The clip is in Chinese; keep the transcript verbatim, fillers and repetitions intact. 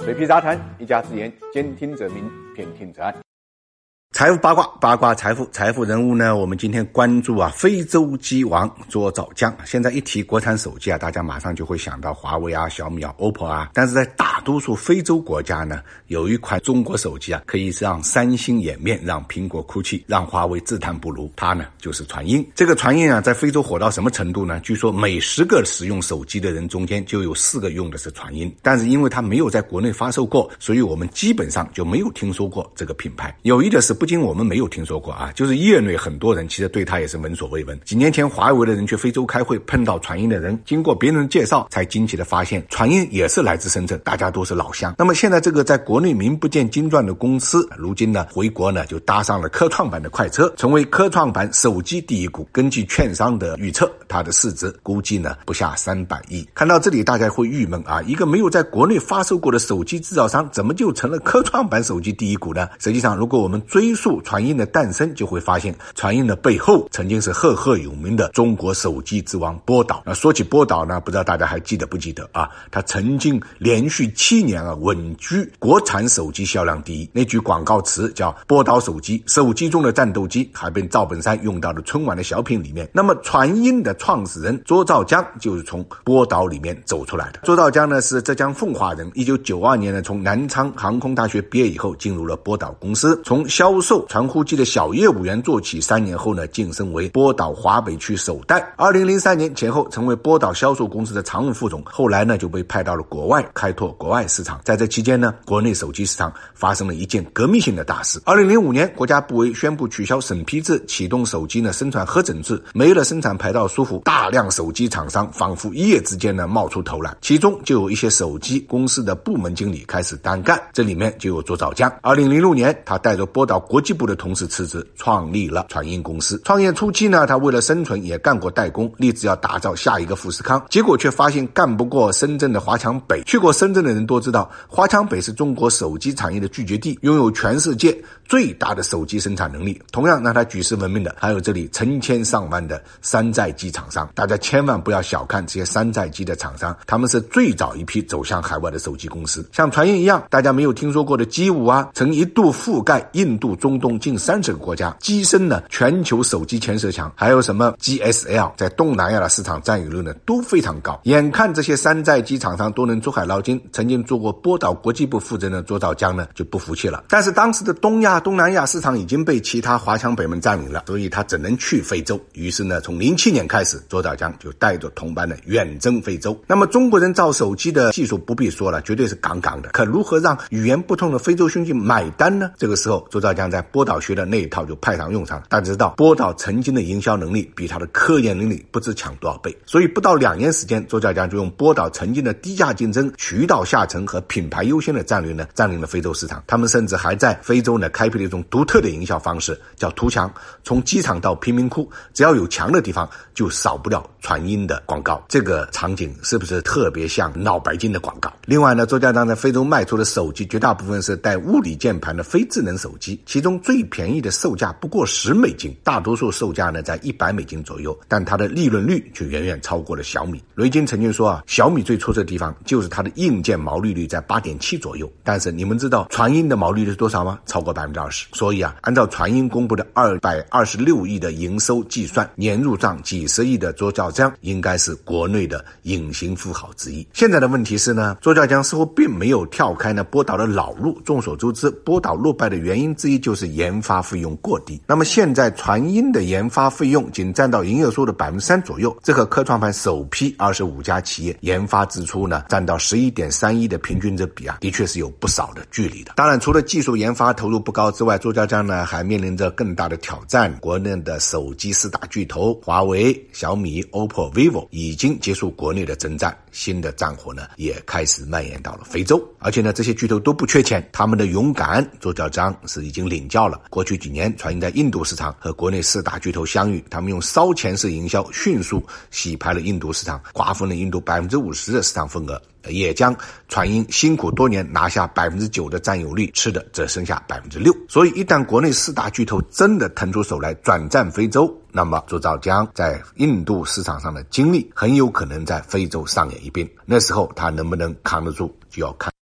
水皮杂谈，一家之言，兼听则明，偏听则暗。 财富八卦，八卦财富，财富人物呢？我们今天关注啊，非洲机王卓兆江。现在一提国产手机啊，大家马上就会想到华为啊、小米啊、O P P O 啊。但是在大多数非洲国家呢，有一款中国手机啊，可以让三星掩面，让苹果哭泣，让华为自叹不如。它呢，就是传音。这个传音啊，在非洲火到什么程度呢？据说每十个使用手机的人中间就有四个用的是传音。但是因为它没有在国内发售过，所以我们基本上就没有听说过这个品牌。有意的是，不仅我们没有听说过啊，就是业内很多人其实对它也是闻所未闻。几年前华为的人去非洲开会，碰到传音的人，经过别人介绍才惊奇的发现传音也是来自深圳，大家都是老乡。那么现在这个在国内名不见经传的公司，如今呢回国呢就搭上了科创板的快车，成为科创板手机第一股。根据券商的预测，它的市值估计呢不下三百亿。看到这里大家会郁闷啊，一个没有在国内发售过的手机制造商怎么就成了科创板手机第一股呢？实际上如果我们追溯传音的诞生，就会发现传音的背后曾经是赫赫有名的中国手机之王波导。那说起波导呢，不知道大家还记得不记得啊？他曾经连续七年啊稳居国产手机销量第一。那句广告词叫波导手机，手机中的战斗机，还被赵本山用到了春晚的小品里面。那么传音的创始人卓兆江就是从波导里面走出来的。卓兆江呢是浙江奉化人，一九九二年呢从南昌航空大学毕业以后进入了波导公司，从销售传呼机的小业务员做起，三年后呢晋升为波导华北区首代。二零零三年前后成为波导销售公司的常务副总，后来呢就被派到了国外开拓国外市场。在这期间呢，国内手机市场发生了一件革命性的大事。二零零五年，国家部委宣布取消审批制，启动手机呢生产核准制，没了生产牌照束缚，大量手机厂商仿佛一夜之间呢冒出头来，其中就有一些手机公司的部门经理开始单干，这里面就有卓兆江。二零零六年，他带着波导国际部的同事辞职，创立了传音公司。创业初期呢，他为了生存也干过代工，立志要打造下一个富士康，结果却发现干不过深圳的华强北。去过深圳的人都知道，华强北是中国手机产业的聚集地，拥有全世界最大的手机生产能力。同样让他举世闻名的还有这里成千上万的山寨机厂商。大家千万不要小看这些山寨机的厂商，他们是最早一批走向海外的手机公司。像传音一样大家没有听说过的机五啊，曾一度覆盖印度、中东近三十个国家，跻身呢全球手机前十强。还有什么 G S L 在东南亚的市场占有率呢都非常高。眼看这些山寨机厂商都能出海捞金，曾经做过波导国际部负责人的卓兆江呢就不服气了。但是当时的东亚、东南亚市场已经被其他华强北们占领了，所以他只能去非洲。于是呢，从零七年开始，卓兆江就带着同伴呢远征非洲。那么中国人造手机的技术不必说了，绝对是杠杠的。可如何让语言不通的非洲兄弟买单呢？这个时候，卓兆江在波导学的那一套就派上用场了。大家知道，波导曾经的营销能力比他的科研能力不知强多少倍，所以不到两年时间，卓兆江就用波导曾经的低价竞争、渠道下沉和品牌优先的战略呢，占领了非洲市场。他们甚至还在非洲呢开辟了一种独特的营销方式，叫图墙。从机场到贫民窟，只要有墙的地方就少不了传音的广告。这个场景是不是特别像脑白金的广告？另外呢，卓兆江在非洲卖出的手机绝大部分是带物理键盘的非智能手机，其中最便宜的售价不过十美金，大多数售价呢在一百美金左右，但它的利润率却远远超过了小米。雷军曾经说啊，小米最出色的地方就是它的硬件毛利率在 八点七 左右，但是你们知道传音的毛利率是多少吗？超过 百分之二十。 所以啊，按照传音公布的二百二十六亿的营收计算，年入账几十亿的卓兆江应该是国内的隐形富豪之一。现在的问题是呢，卓兆江似乎并没有跳开呢波导的老路。众所周知，波导落败的原因之一就是研发费用过低。那么现在传音的研发费用仅占到营业收入的 百分之三 左右，这和科创板首批二十五家企业研发支出呢占到 十一点三亿的平均值比啊，的确是有不少的距离的。当然除了技术研发投入不高之外，卓兆江呢还面临着更大的挑战。国内的手机四大巨头华为、小米、O P P O、vivo 已经结束国内的征战，新的战火呢也开始蔓延到了非洲。而且呢，这些巨头都不缺钱，他们的勇敢卓兆江是已经领教了。过去几年传音在印度市场和国内四大巨头相遇，他们用烧钱式营销迅速洗牌了印度市场，瓜分了印度 百分之五十 的市场份额，也将传音辛苦多年拿下 百分之九 的占有率吃的只剩下 百分之六。 所以一旦国内四大巨头真的腾出手来转战非洲，那么卓兆江在印度市场上的经历很有可能在非洲上演一遍。那时候他能不能扛得住，就要看